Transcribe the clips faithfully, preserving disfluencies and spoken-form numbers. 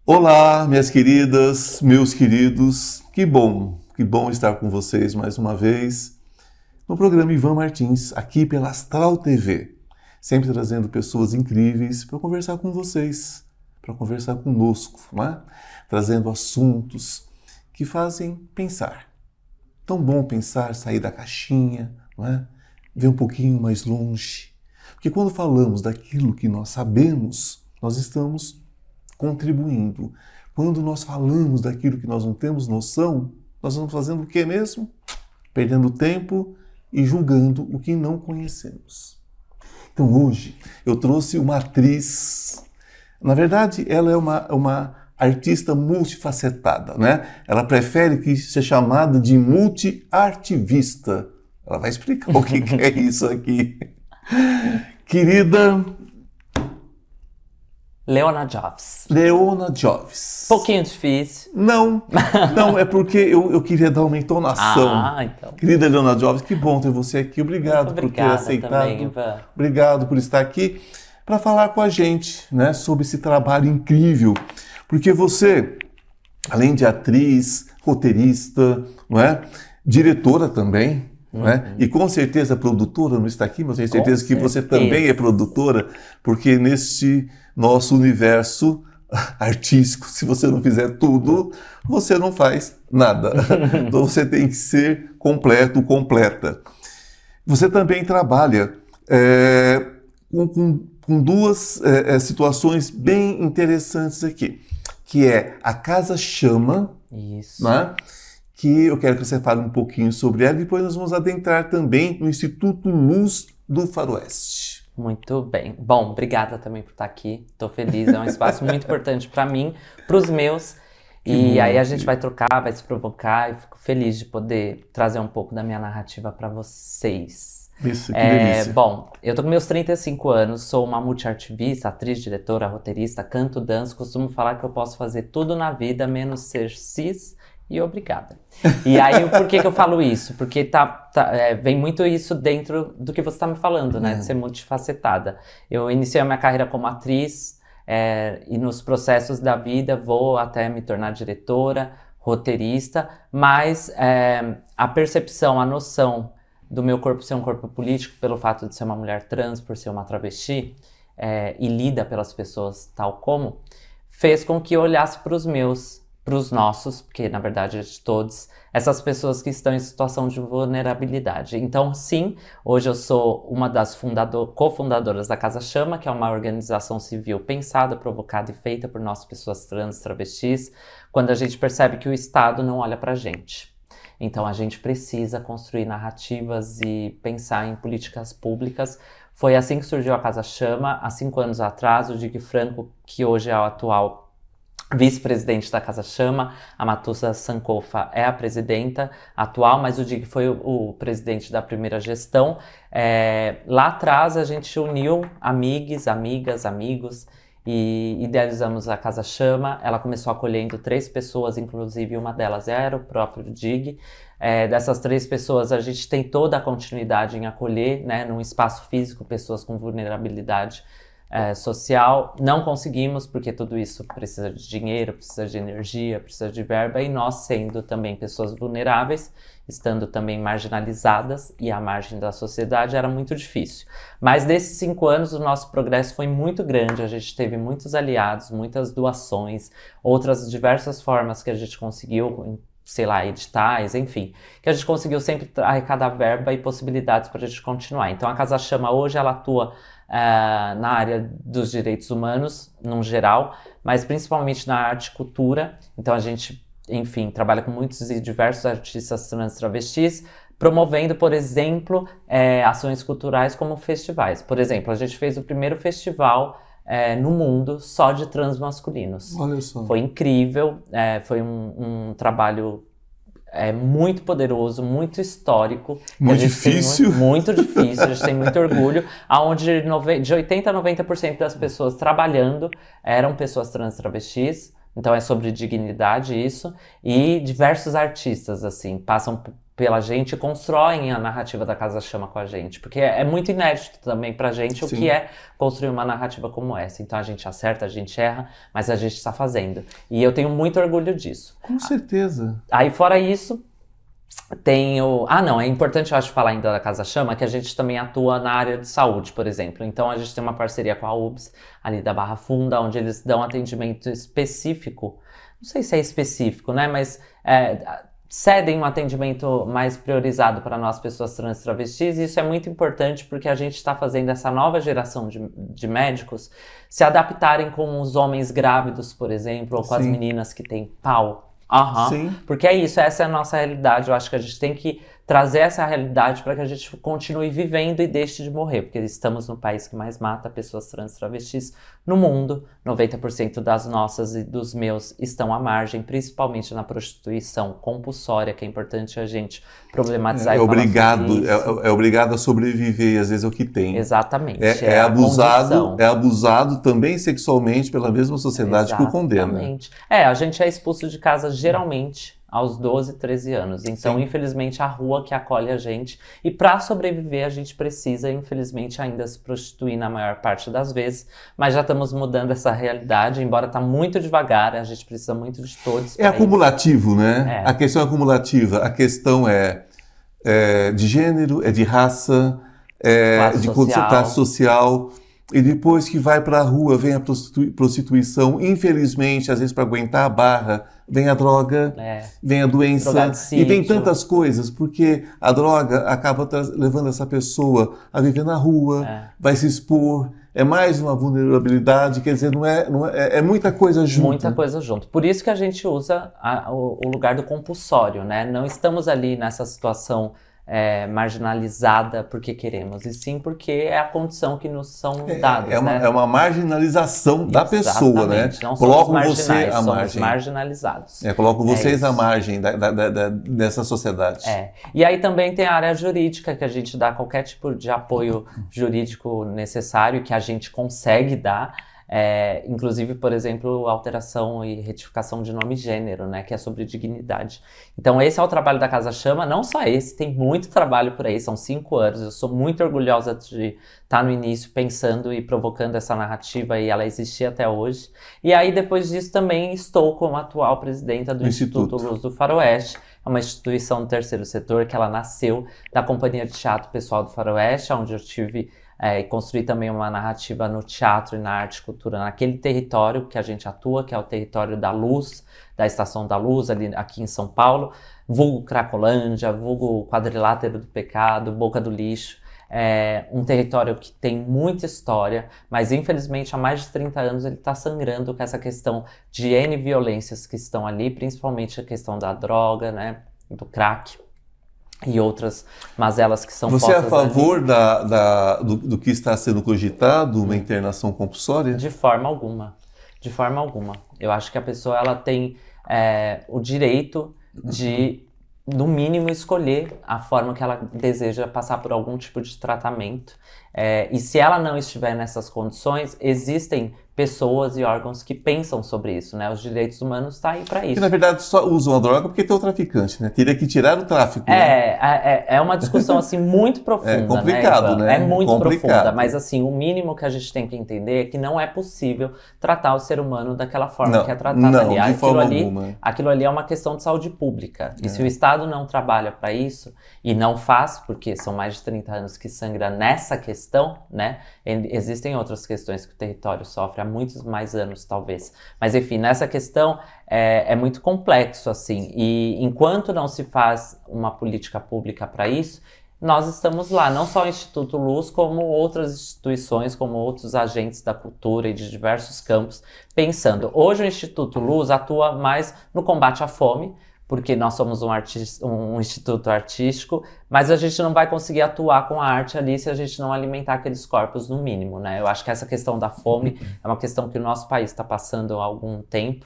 Olá, minhas queridas, meus queridos, que bom, que bom estar com vocês mais uma vez no programa Ivan Martins, aqui pela Astral T V, sempre trazendo pessoas incríveis para conversar com vocês, para conversar conosco, não é? Trazendo assuntos que fazem pensar. Tão bom pensar, sair da caixinha, não é? Ver um pouquinho mais longe, porque quando falamos daquilo que nós sabemos, nós estamos contribuindo. Quando nós falamos daquilo que nós não temos noção, nós vamos fazendo o que mesmo? Perdendo tempo e julgando o que não conhecemos. Então hoje eu trouxe uma atriz, na verdade ela é uma, uma artista multifacetada, né? Ela prefere que seja chamada de multiartivista. Ela vai explicar o que, que é isso aqui. Querida Leona Joves. Leona Joves. Pouquinho difícil. Não, não, é porque eu, eu queria dar uma entonação. Ah, então. Querida Leona Joves, que bom ter você aqui. Obrigado por ter aceitado. Também, Ivan. Obrigado por estar aqui para falar com a gente, né, sobre esse trabalho incrível. Porque você, além de atriz, roteirista, não é? Diretora também, não é? Uhum. E com certeza produtora, não está aqui, mas tenho certeza com que certeza. Você também é produtora, porque neste nosso universo artístico, se você não fizer tudo, você não faz nada. Então você tem que ser completo, completa. Você também trabalha é, com, com, com duas é, situações bem interessantes aqui, que é a Casa Chama, Isso. Né? Que eu quero que você fale um pouquinho sobre ela, e depois nós vamos adentrar também no Instituto Luz do Faroeste. Muito bem. Bom, obrigada também por estar aqui. Estou feliz, é um espaço muito importante para mim, para os meus. Que e bom, aí a gente vai trocar, vai se provocar, e fico feliz de poder trazer um pouco da minha narrativa para vocês. Isso, que é, delícia. Bom, eu tô com meus trinta e cinco anos, sou uma multiartivista, atriz, diretora, roteirista, canto, danço. Costumo falar que eu posso fazer tudo na vida, menos ser cis e obrigada. E aí, por que que eu falo isso? Porque tá, tá, é, vem muito isso dentro do que você está me falando, né? É. De ser multifacetada. Eu iniciei a minha carreira como atriz é, e nos processos da vida vou até me tornar diretora, roteirista, mas é, a percepção, a noção do meu corpo ser um corpo político pelo fato de ser uma mulher trans, por ser uma travesti é, e lida pelas pessoas tal como, fez com que eu olhasse para os meus, para os nossos, porque na verdade é de todos, essas pessoas que estão em situação de vulnerabilidade. Então sim, hoje eu sou uma das fundador, cofundadoras da Casa Chama, que é uma organização civil pensada, provocada e feita por nós pessoas trans, travestis, quando a gente percebe que o Estado não olha pra gente. Então a gente precisa construir narrativas e pensar em políticas públicas. Foi assim que surgiu a Casa Chama, há cinco anos atrás. O Dig Franco, que hoje é o atual vice-presidente da Casa Chama, a Matussa Sankofa é a presidenta atual, mas o Dig foi o, o presidente da primeira gestão. É, lá atrás a gente uniu amigos, amigas, amigos e idealizamos a Casa Chama. Ela começou acolhendo três pessoas, inclusive uma delas era o próprio Dig. É, dessas três pessoas a gente tem toda a continuidade em acolher, né, num espaço físico, pessoas com vulnerabilidade É, social. Não conseguimos, porque tudo isso precisa de dinheiro, precisa de energia, precisa de verba, e nós, sendo também pessoas vulneráveis, estando também marginalizadas e à margem da sociedade, era muito difícil. Mas nesses cinco anos o nosso progresso foi muito grande, a gente teve muitos aliados, muitas doações, outras diversas formas que a gente conseguiu, sei lá, editais, enfim, que a gente conseguiu sempre arrecadar verba e possibilidades para a gente continuar. Então a Casa Chama hoje ela atua Uh, na área dos direitos humanos, num geral, mas principalmente na arte e cultura. Então a gente, enfim, trabalha com muitos e diversos artistas trans travestis, promovendo, por exemplo, é, ações culturais como festivais. Por exemplo, a gente fez o primeiro festival é, no mundo só de trans masculinos. Olha só. Foi incrível, é, foi um, um trabalho É muito poderoso, muito histórico. Muito difícil. Muito, muito difícil, a gente tem muito orgulho. Onde de oitenta a noventa por cento das pessoas trabalhando eram pessoas trans travestis. Então é sobre dignidade isso. E diversos artistas, assim, passam pela gente, constroem a narrativa da Casa Chama com a gente, porque é, é muito inédito também pra gente o Sim. que é construir uma narrativa como essa. Então a gente acerta, a gente erra, mas a gente está fazendo. E eu tenho muito orgulho disso. Com certeza. Aí fora isso, tenho... Ah, não, é importante eu acho falar ainda da Casa Chama, que a gente também atua na área de saúde, por exemplo. Então a gente tem uma parceria com a U B S, ali da Barra Funda, onde eles dão atendimento específico. Não sei se é específico, né, mas... É, cedem um atendimento mais priorizado para nós, pessoas trans e travestis, e isso é muito importante porque a gente está fazendo essa nova geração de, de médicos se adaptarem com os homens grávidos, por exemplo, ou com Sim. as meninas que têm pau. Uhum. Sim. Porque é isso, essa é a nossa realidade. Eu acho que a gente tem que trazer essa realidade para que a gente continue vivendo e deixe de morrer, porque estamos no país que mais mata pessoas trans e travestis no mundo. noventa por cento das nossas e dos meus estão à margem, principalmente na prostituição compulsória, que é importante a gente problematizar. É, é e obrigado, é, é obrigado a sobreviver, e às vezes é o que tem. Exatamente. É, é, é abusado, é abusado também sexualmente pela mesma sociedade. Exatamente. Que o condena. É, a gente é expulso de casa geralmente aos doze, treze anos. Então, sim, infelizmente, a rua que acolhe a gente. E para sobreviver, a gente precisa, infelizmente, ainda se prostituir na maior parte das vezes. Mas já estamos mudando essa realidade, embora está muito devagar, a gente precisa muito de todos. É acumulativo, isso. Né? É. A questão é acumulativa. A questão é, é de gênero, é de raça, é classe de social. Classe social. E depois que vai para a rua, vem a prostitu- prostituição. Infelizmente, às vezes, para aguentar a barra, vem a droga, é. vem a doença, e vem tantas coisas, porque a droga acaba tra- levando essa pessoa a viver na rua, é. vai se expor, é mais uma vulnerabilidade, quer dizer, não é, não é, é muita coisa junto. Muita coisa junto. Por isso que a gente usa a, o, o lugar do compulsório, né? Não estamos ali nessa situação É, marginalizada porque queremos, e sim porque é a condição que nos são dadas. É, é, uma, né? é uma marginalização da Exatamente. pessoa, né? Não Colocam somos você à somos margem. marginalizados. É, colocam vocês é à margem da, da, da, dessa sociedade. É. E aí também tem a área jurídica, que a gente dá qualquer tipo de apoio jurídico necessário, que a gente consegue dar. É, inclusive, por exemplo, alteração e retificação de nome e gênero, né, que é sobre dignidade. Então esse é o trabalho da Casa Chama, não só esse, tem muito trabalho por aí, são cinco anos, eu sou muito orgulhosa de estar no início pensando e provocando essa narrativa, e ela existir até hoje. E aí depois disso também estou como atual presidenta do Instituto, Instituto Luz do Faroeste, é uma instituição do terceiro setor que ela nasceu da Companhia de Teatro Pessoal do Faroeste, onde eu tive É, e construir também uma narrativa no teatro e na arte e cultura, naquele território que a gente atua, que é o território da Luz, da Estação da Luz, ali, aqui em São Paulo, vulgo Cracolândia, vulgo Quadrilátero do Pecado, Boca do Lixo. É um território que tem muita história, mas infelizmente há mais de trinta anos ele está sangrando com essa questão de N violências que estão ali, principalmente a questão da droga, né, do crack. E outras mazelas que são Você é a postas favor da, da, do, do que está sendo cogitado, uma internação compulsória? De forma alguma. De forma alguma. Eu acho que a pessoa ela tem é, o direito de, no mínimo, escolher a forma que ela deseja passar por algum tipo de tratamento. É, e se ela não estiver nessas condições, existem pessoas e órgãos que pensam sobre isso, né? Os direitos humanos estão aí para isso. Que na verdade só usam a droga porque tem o traficante, né? Teria que tirar o tráfico. É, né? é, é uma discussão assim muito profunda, é complicado, né? né? É muito complicado. profunda, mas assim, o mínimo que a gente tem que entender é que não é possível tratar o ser humano daquela forma não, que é tratado não, ali. De aquilo forma ali, alguma. Aquilo ali é uma questão de saúde pública. E é. se o Estado não trabalha para isso, e não faz, porque são mais de trinta anos que sangra nessa questão, né? Existem outras questões que o território sofre há muitos mais anos, talvez. Mas, enfim, nessa questão é, é muito complexo, assim. E enquanto não se faz uma política pública para isso, nós estamos lá, não só o Instituto Luz, como outras instituições, como outros agentes da cultura e de diversos campos, pensando. Hoje o Instituto Luz atua mais no combate à fome, porque nós somos um, artista, um instituto artístico, mas a gente não vai conseguir atuar com a arte ali se a gente não alimentar aqueles corpos no mínimo, né? Eu acho que essa questão da fome é uma questão que o nosso país está passando há algum tempo,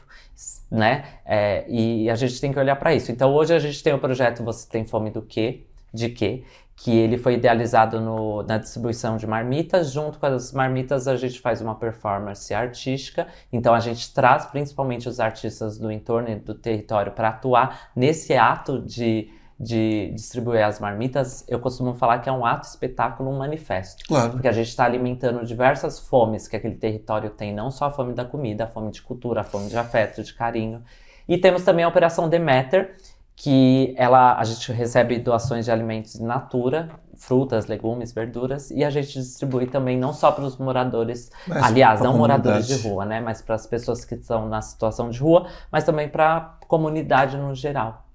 né? É, e a gente tem que olhar para isso. Então hoje a gente tem o projeto Você Tem Fome do Quê? De Quê? Que ele foi idealizado no, na distribuição de marmitas. Junto com as marmitas a gente faz uma performance artística, então a gente traz principalmente os artistas do entorno e do território para atuar nesse ato de, de distribuir as marmitas, eu costumo falar que é um ato, espetáculo, um manifesto. Claro. Porque a gente está alimentando diversas fomes que aquele território tem, não só a fome da comida, a fome de cultura, a fome de afeto, de carinho. E temos também a Operação Deméter, que ela, a gente recebe doações de alimentos in natura, frutas, legumes, verduras, e a gente distribui também não só para os moradores, mas aliás, não comunidade. moradores de rua, né, mas para as pessoas que estão na situação de rua, mas também para a comunidade no geral.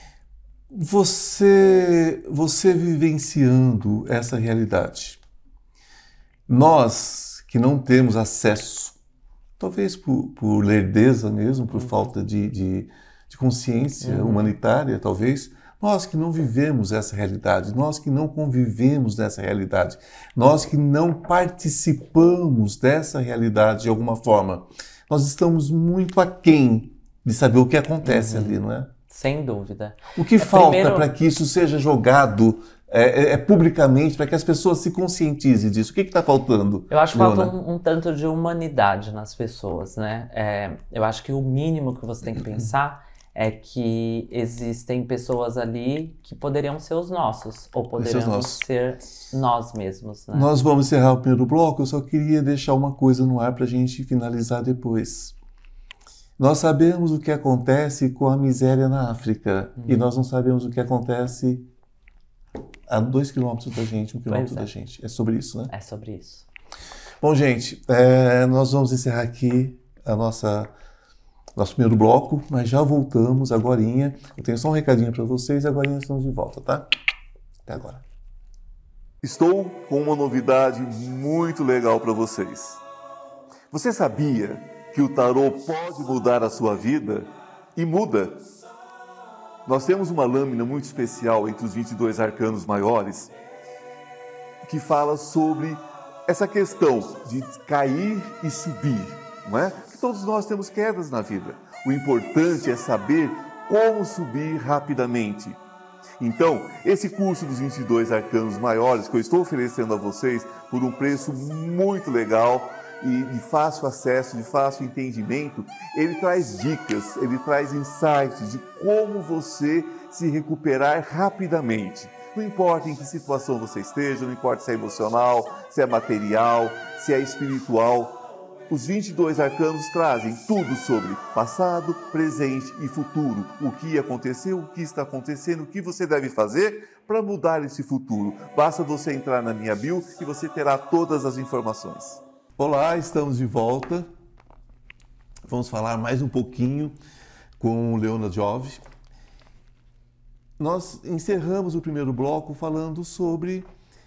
Você, você vivenciando essa realidade, nós que não temos acesso, talvez por, por lerdeza mesmo, por uhum. falta de, de, de consciência uhum. humanitária, talvez, nós que não vivemos essa realidade, nós que não convivemos nessa realidade, nós que não participamos dessa realidade de alguma forma, nós estamos muito aquém de saber o que acontece uhum. ali, não é? Sem dúvida. O que é, falta primeiro... para que isso seja jogado é, é, é publicamente, para que as pessoas se conscientizem disso? O que está faltando? Eu acho que falta um, um tanto de humanidade nas pessoas, né? É, eu acho que o mínimo que você tem que pensar é que existem pessoas ali que poderiam ser os nossos, ou poderiam ser nós mesmos. Né? Nós vamos encerrar o primeiro bloco, eu só queria deixar uma coisa no ar para a gente finalizar depois. Nós sabemos o que acontece com a miséria na África, uhum. e nós não sabemos o que acontece a dois quilômetros da gente, um quilômetro é. da gente. É sobre isso, né? É sobre isso. Bom, gente, é, nós vamos encerrar aqui a nossa... nosso primeiro bloco, mas já voltamos agorinha. Eu tenho só um recadinho para vocês e agorinha estamos de volta, tá? Até agora. Estou com uma novidade muito legal para vocês. Você sabia que o tarô pode mudar a sua vida? E muda! Nós temos uma lâmina muito especial entre os vinte e dois arcanos maiores que fala sobre essa questão de cair e subir, não é? Todos nós temos quedas na vida. O importante é saber como subir rapidamente. Então, esse curso dos vinte e dois arcanos maiores que eu estou oferecendo a vocês por um preço muito legal e de fácil acesso, de fácil entendimento, ele traz dicas, ele traz insights de como você se recuperar rapidamente. Não importa em que situação você esteja, não importa se é emocional, se é material, se é espiritual, os vinte e dois arcanos trazem tudo sobre passado, presente e futuro. O que aconteceu, o que está acontecendo, o que você deve fazer para mudar esse futuro. Basta você entrar na minha bio e você terá todas as informações. Olá, estamos de volta. Vamos falar mais um pouquinho com Leona Giove. Nós encerramos o primeiro bloco falando sobre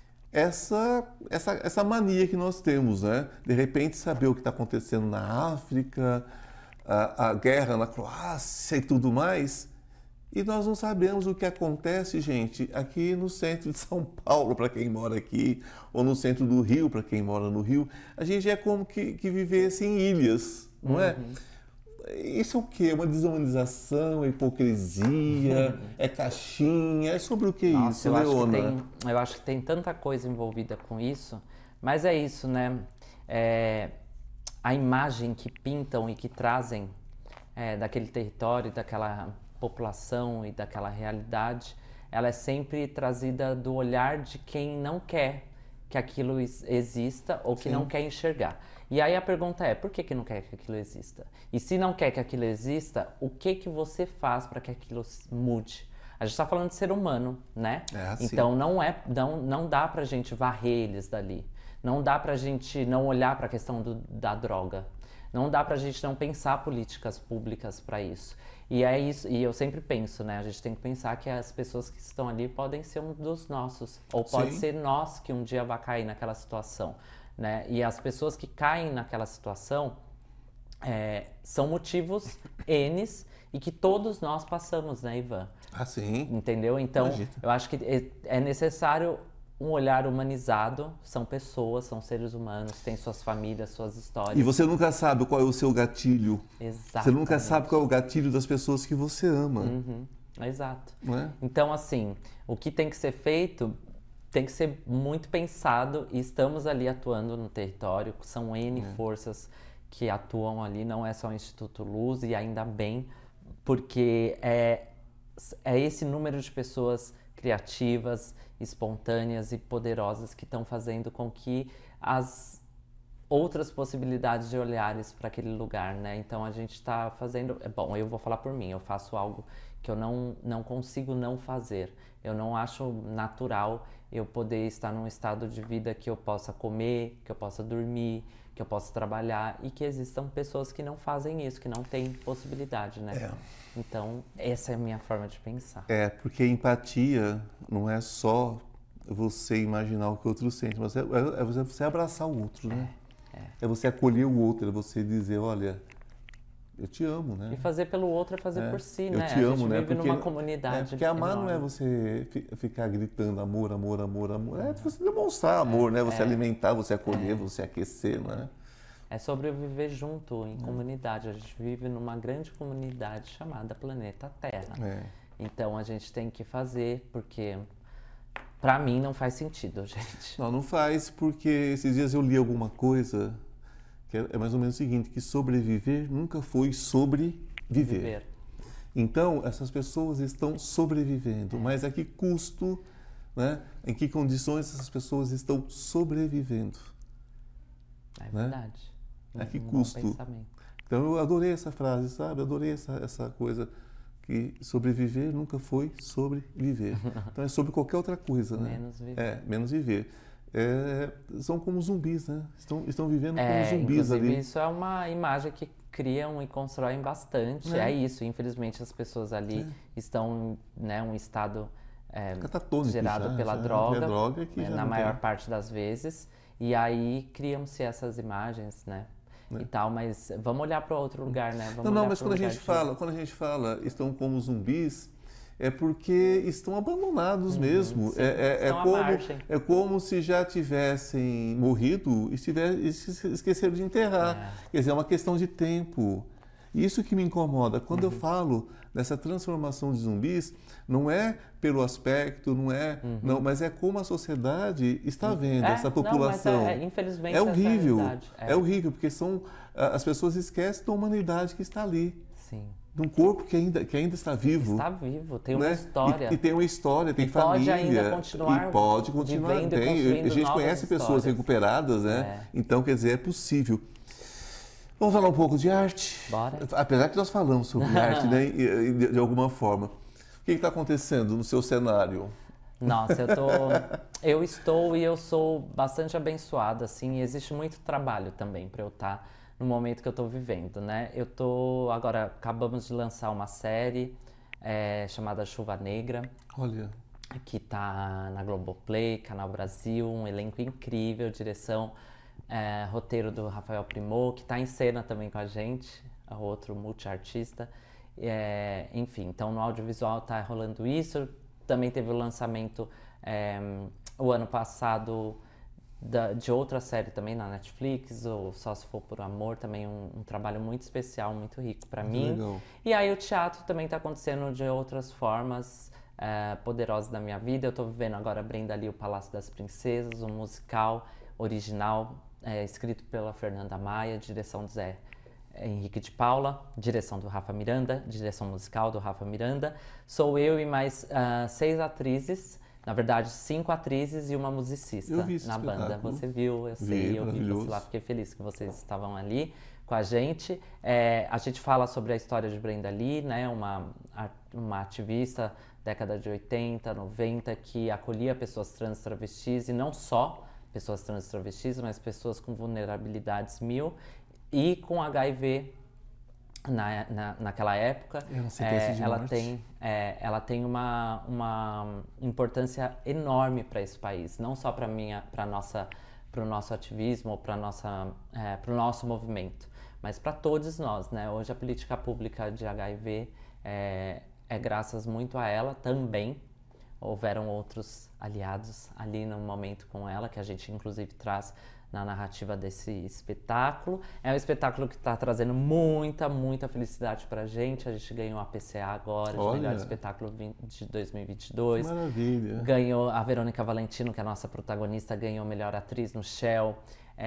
Essa, essa, essa mania que nós temos, né? De repente saber o que está acontecendo na África, a, a guerra na Croácia e tudo mais, e nós não sabemos o que acontece, gente, aqui no centro de São Paulo, para quem mora aqui, ou no centro do Rio, para quem mora no Rio. A gente é como que, que vivesse em ilhas, não é? Uhum. Isso é o quê? Uma desumanização, é hipocrisia, é caixinha, é sobre o que Nossa, isso, eu Leona? Acho que tem, eu acho que tem tanta coisa envolvida com isso, mas é isso, né? É, a imagem que pintam e que trazem é, daquele território, daquela população e daquela realidade, ela é sempre trazida do olhar de quem não quer que aquilo exista ou que Sim. não quer enxergar. E aí a pergunta é, por que que não quer que aquilo exista? E se não quer que aquilo exista, o que que você faz para que aquilo mude? A gente está falando de ser humano, né? É assim. Então não, é, não, não dá pra gente varrer eles dali. Não dá pra gente não olhar para a questão do, da droga. Não dá pra gente não pensar políticas públicas para isso. E é isso, e eu sempre penso, né? A gente tem que pensar que as pessoas que estão ali podem ser um dos nossos. Ou pode Sim. ser nós que um dia vai cair naquela situação. Né? E as pessoas que caem naquela situação é, são motivos N's e que todos nós passamos, né, Ivan? Ah, sim. Entendeu? Então, Imagina. eu acho que é necessário um olhar humanizado. São pessoas, são seres humanos, têm suas famílias, suas histórias. E você nunca sabe qual é o seu gatilho. Exato. Você nunca sabe qual é o gatilho das pessoas que você ama. Uhum. Exato. Não é? Então, assim, o que tem que ser feito tem que ser muito pensado, e estamos ali atuando no território, são N é. forças que atuam ali, não é só o Instituto Luz, e ainda bem, porque é, é esse número de pessoas criativas, espontâneas e poderosas que estão fazendo com que as outras possibilidades de olhares para aquele lugar, né? Então a gente está fazendo... Bom, eu vou falar por mim, eu faço algo que eu não, não consigo não fazer. Eu não acho natural eu poder estar num estado de vida que eu possa comer, que eu possa dormir, que eu possa trabalhar e que existam pessoas que não fazem isso, que não têm possibilidade, né? É. Então, essa é a minha forma de pensar. É, porque empatia não é só você imaginar o que o outro sente, mas é, é você abraçar o outro, né? É, é. é você acolher o outro, é você dizer, olha, eu te amo, né? E fazer pelo outro é fazer é, por si, eu né? te amo, a gente né? vive porque, numa comunidade. É, porque amar enorme. não é você ficar gritando amor, amor, amor, amor. É você demonstrar amor, é, né? Você é, alimentar, você acolher, é. você aquecer, né? É sobreviver junto, em é. comunidade. A gente vive numa grande comunidade chamada Planeta Terra. É. Então a gente tem que fazer, porque pra mim não faz sentido, gente. Não, não faz, porque esses dias eu li alguma coisa que é mais ou menos o seguinte, que sobreviver nunca foi sobreviver. Viver. Então, essas pessoas estão sobrevivendo, é. mas a que custo, né? Em que condições essas pessoas estão sobrevivendo? É verdade. Né? A que um custo? Então, eu adorei essa frase, sabe? Adorei essa, essa coisa que sobreviver nunca foi sobreviver. Então, é sobre qualquer outra coisa, né? Menos viver. É, menos viver. É, são como zumbis, né? Estão, estão vivendo como é, zumbis ali. Isso é uma imagem que criam e constroem bastante. É, é isso, infelizmente as pessoas ali é. estão em né, um estado é, gerado já, pela já, droga, droga que né, na maior tem. parte das vezes. E aí criam-se essas imagens, né? É. E tal, mas vamos olhar para outro lugar, né? Vamos não, não, mas quando a gente fala, quando a gente fala estão como zumbis, é porque estão abandonados uhum, mesmo. Sim, é, é, é, como, é como se já tivessem morrido e, tiver, e se esqueceram de enterrar. É. Quer dizer, é uma questão de tempo. Isso que me incomoda. Quando uhum. eu falo dessa transformação de zumbis, não é pelo aspecto, não é, uhum. não, mas é como a sociedade está vendo é, essa população. Não, mas é, infelizmente é horrível. É. é horrível, porque são, as pessoas esquecem da humanidade que está ali. Sim. De um corpo que ainda, que ainda está vivo. Está vivo, tem uma né? história. E, e tem uma história, tem e família. Pode ainda continuar e pode continuar. Tem. A gente conhece pessoas histórias. recuperadas, né? É. Então, quer dizer, é possível. Vamos falar um pouco de arte? Bora. Apesar que nós falamos sobre arte, né? De, de alguma forma. O que está acontecendo no seu cenário? Nossa, eu tô, eu estou e eu sou bastante abençoada, assim, e existe muito trabalho também para eu estar no momento que eu estou vivendo, né? Eu tô, agora, acabamos de lançar uma série é, chamada Chuva Negra. Olha. Que tá na Globoplay, Canal Brasil, um elenco incrível, direção, é, roteiro do Rafael Primô, que tá em cena também com a gente, outro multiartista. É, enfim, então no audiovisual tá rolando isso. Também teve o lançamento é, o ano passado da, de outra série também na Netflix, o Só Se For Por Amor, também um, um trabalho muito especial, muito rico para mim. Legal. E aí o teatro também está acontecendo de outras formas é, poderosas da minha vida. Eu estou vivendo agora Brenda Lee, o Palácio das Princesas, um musical original, é, escrito pela Fernanda Maia, direção do Zé Henrique de Paula, direção do Rafa Miranda, direção musical do Rafa Miranda. Sou eu e mais uh, seis atrizes, na verdade cinco atrizes e uma musicista na banda. Você viu, eu sei, vi, eu vi você lá, fiquei feliz que vocês estavam ali com a gente. É, a gente fala sobre a história de Brenda Lee, né, uma, uma ativista década de oitenta, noventa, que acolhia pessoas trans travestis, e não só pessoas trans travestis, mas pessoas com vulnerabilidades mil, e com H I V na, na, naquela época, é, ela, tem, é, ela tem uma, uma importância enorme para esse país, não só para o nosso ativismo ou para é, o nosso movimento, mas para todos nós, né? Hoje a política pública de H I V é, é graças muito a ela também, houveram outros aliados ali no momento com ela, que a gente inclusive traz na narrativa desse espetáculo. É um espetáculo que está trazendo muita, muita felicidade pra gente. A gente ganhou a P C A agora, de Olha. melhor espetáculo de dois mil e vinte e dois. Maravilha. Ganhou a Verônica Valentino, que é a nossa protagonista, ganhou melhor atriz no Shell.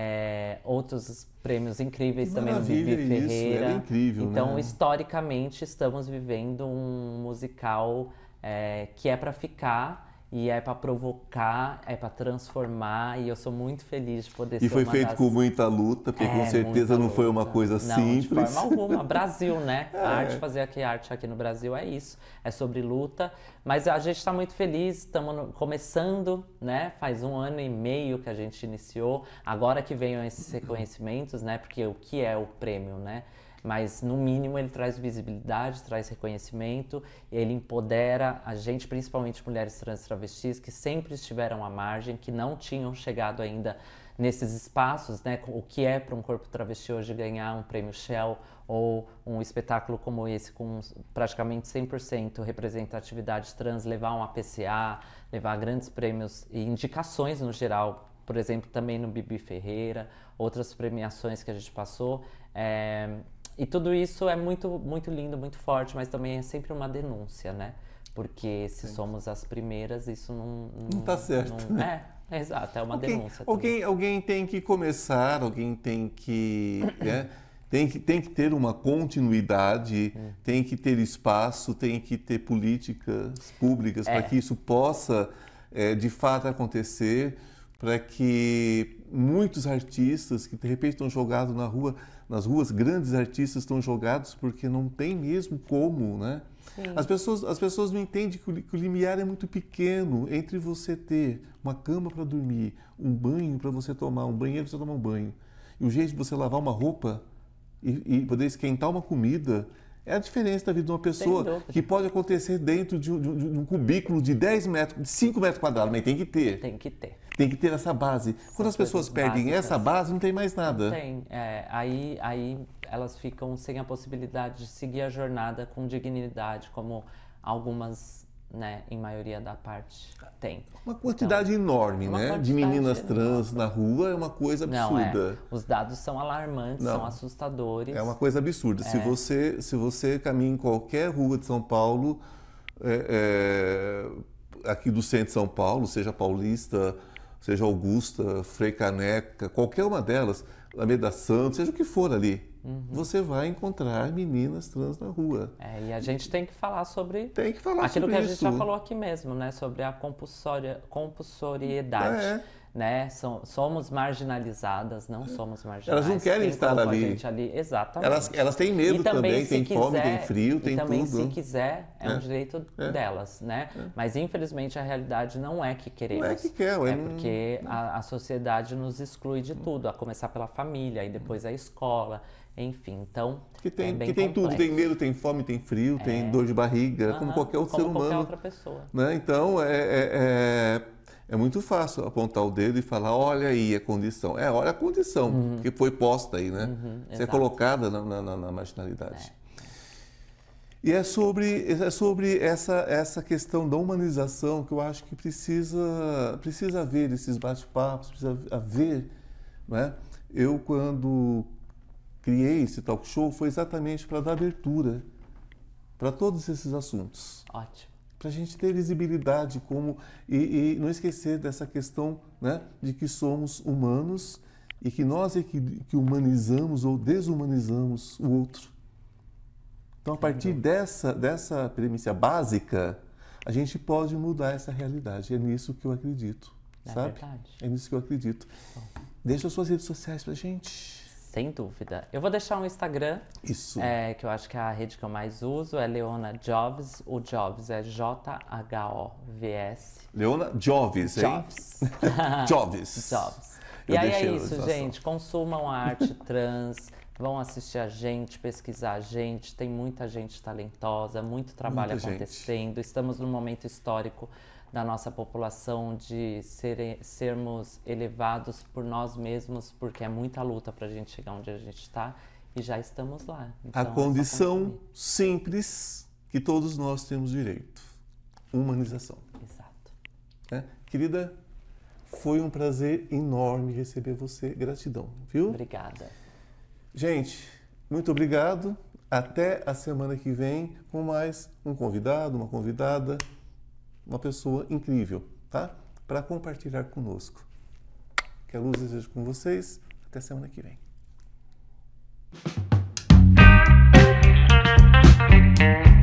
É, outros prêmios incríveis Que também no maravilha Bibi isso, Ferreira. ela é incrível, Então, né? historicamente, estamos vivendo um musical é, que é para ficar. E é para provocar, é para transformar, e eu sou muito feliz de poder E ser foi uma feito das... com muita luta, porque É, com certeza muita não foi uma luta. coisa Não, simples. de forma alguma. Brasil, né? A arte, fazer aqui arte aqui no Brasil é isso, é sobre luta. Mas a gente está muito feliz, estamos começando, né? Faz um ano e meio que a gente iniciou. Agora que venham esses reconhecimentos, né? Porque o que é o prêmio, né? Mas, no mínimo, ele traz visibilidade, traz reconhecimento, ele empodera a gente, principalmente mulheres trans e travestis, que sempre estiveram à margem, que não tinham chegado ainda nesses espaços, né? O que é para um corpo travesti hoje ganhar um prêmio Shell ou um espetáculo como esse, com praticamente cem por cento representatividade trans, levar um A P C A, levar grandes prêmios e indicações no geral, por exemplo, também no Bibi Ferreira, outras premiações que a gente passou. É... E tudo isso é muito, muito lindo, muito forte, mas também é sempre uma denúncia, né? Porque se Sim. somos as primeiras, isso não... Não, não tá certo. Não, é, é, exato, é uma alguém, denúncia. Alguém, alguém tem que começar, alguém tem que... né? Tem que, tem que ter uma continuidade, hum. tem que ter espaço, tem que ter políticas públicas é. para que isso possa, é, de fato, acontecer, para que muitos artistas que de repente estão jogados na rua, nas ruas, grandes artistas estão jogados porque não tem mesmo como, né? As pessoas, as pessoas não entendem que o, que o limiar é muito pequeno entre você ter uma cama para dormir, um banho para você tomar, um banheiro para você tomar um banho, e o jeito de você lavar uma roupa e, e poder esquentar uma comida. É a diferença da vida de uma pessoa que pode acontecer dentro de um, de um cubículo de dez metros, de cinco metros quadrados, mas tem que ter. Tem que ter. Tem que ter essa base. São Quando as pessoas perdem básicas. essa base, não tem mais nada. Não tem. É, aí, aí elas ficam sem a possibilidade de seguir a jornada com dignidade, como algumas, né, em maioria da parte, tem. Uma quantidade então, enorme, uma né? Quantidade de meninas trans enorme. na rua é uma coisa absurda. Não, é. Os dados são alarmantes, não. são assustadores. É uma coisa absurda. É. Se você, se você caminha em qualquer rua de São Paulo, é, é, aqui do centro de São Paulo, seja Paulista, seja Augusta, Frei Caneca, qualquer uma delas, Alameda Santos, seja o que for ali, uhum. você vai encontrar meninas trans na rua. É, e a gente tem que falar sobre tem que falar aquilo sobre que a isso. gente já falou aqui mesmo, né? Sobre a compulsória, compulsoriedade. É. Né? Somos marginalizadas, não somos marginalizadas. Elas não querem estar ali. ali. Exatamente. Elas, elas têm medo também, também tem quiser, fome, tem frio, tem tudo. E também, tudo. se quiser, é, é. um direito é. delas, né? É. Mas, infelizmente, a realidade não é que queremos. Não é que quer. É porque a, a sociedade nos exclui de tudo, a começar pela família, e depois a escola, enfim. Então, que tem, é bem que tem complexo. tudo, tem medo, tem fome, tem frio, é. tem dor de barriga, uhum, como qualquer outro como ser humano. Como qualquer outra pessoa. Né? Então, é... é, é... É muito fácil apontar o dedo e falar, olha aí a condição. É, olha a condição uhum. que foi posta aí, né? Uhum, Você é colocada na, na, na marginalidade. É. E é sobre, é sobre essa, essa questão da humanização que eu acho que precisa, precisa haver esses bate-papos, precisa haver. Né? Eu, quando criei esse talk show, foi exatamente para dar abertura para todos esses assuntos. Ótimo. Para a gente ter visibilidade como e, e não esquecer dessa questão, né, de que somos humanos e que nós é que, que humanizamos ou desumanizamos o outro. Então, a partir dessa, dessa premissa básica, a gente pode mudar essa realidade. É nisso que eu acredito, é sabe? Verdade. É nisso que eu acredito. Bom. Deixa as suas redes sociais pra gente. Sem dúvida. Eu vou deixar um Instagram. Isso. É, que eu acho que é a rede que eu mais uso. É Leona Joves. O Joves é J H O V S. Leona Joves, hein? Joves. Joves. Joves. E aí é isso, gente. Consumam a arte trans. Vão assistir a gente, pesquisar a gente. Tem muita gente talentosa, muito trabalho muita acontecendo. Gente. Estamos num momento histórico da nossa população de ser, sermos elevados por nós mesmos, porque é muita luta para a gente chegar onde a gente está e já estamos lá. Então, a condição simples que todos nós temos direito: humanização. Exato. Né? Querida, foi um prazer enorme receber você. Gratidão, viu? Obrigada. Gente, muito obrigado. Até a semana que vem com mais um convidado, uma convidada, uma pessoa incrível, tá? Para compartilhar conosco. Que a luz esteja com vocês. Até semana que vem.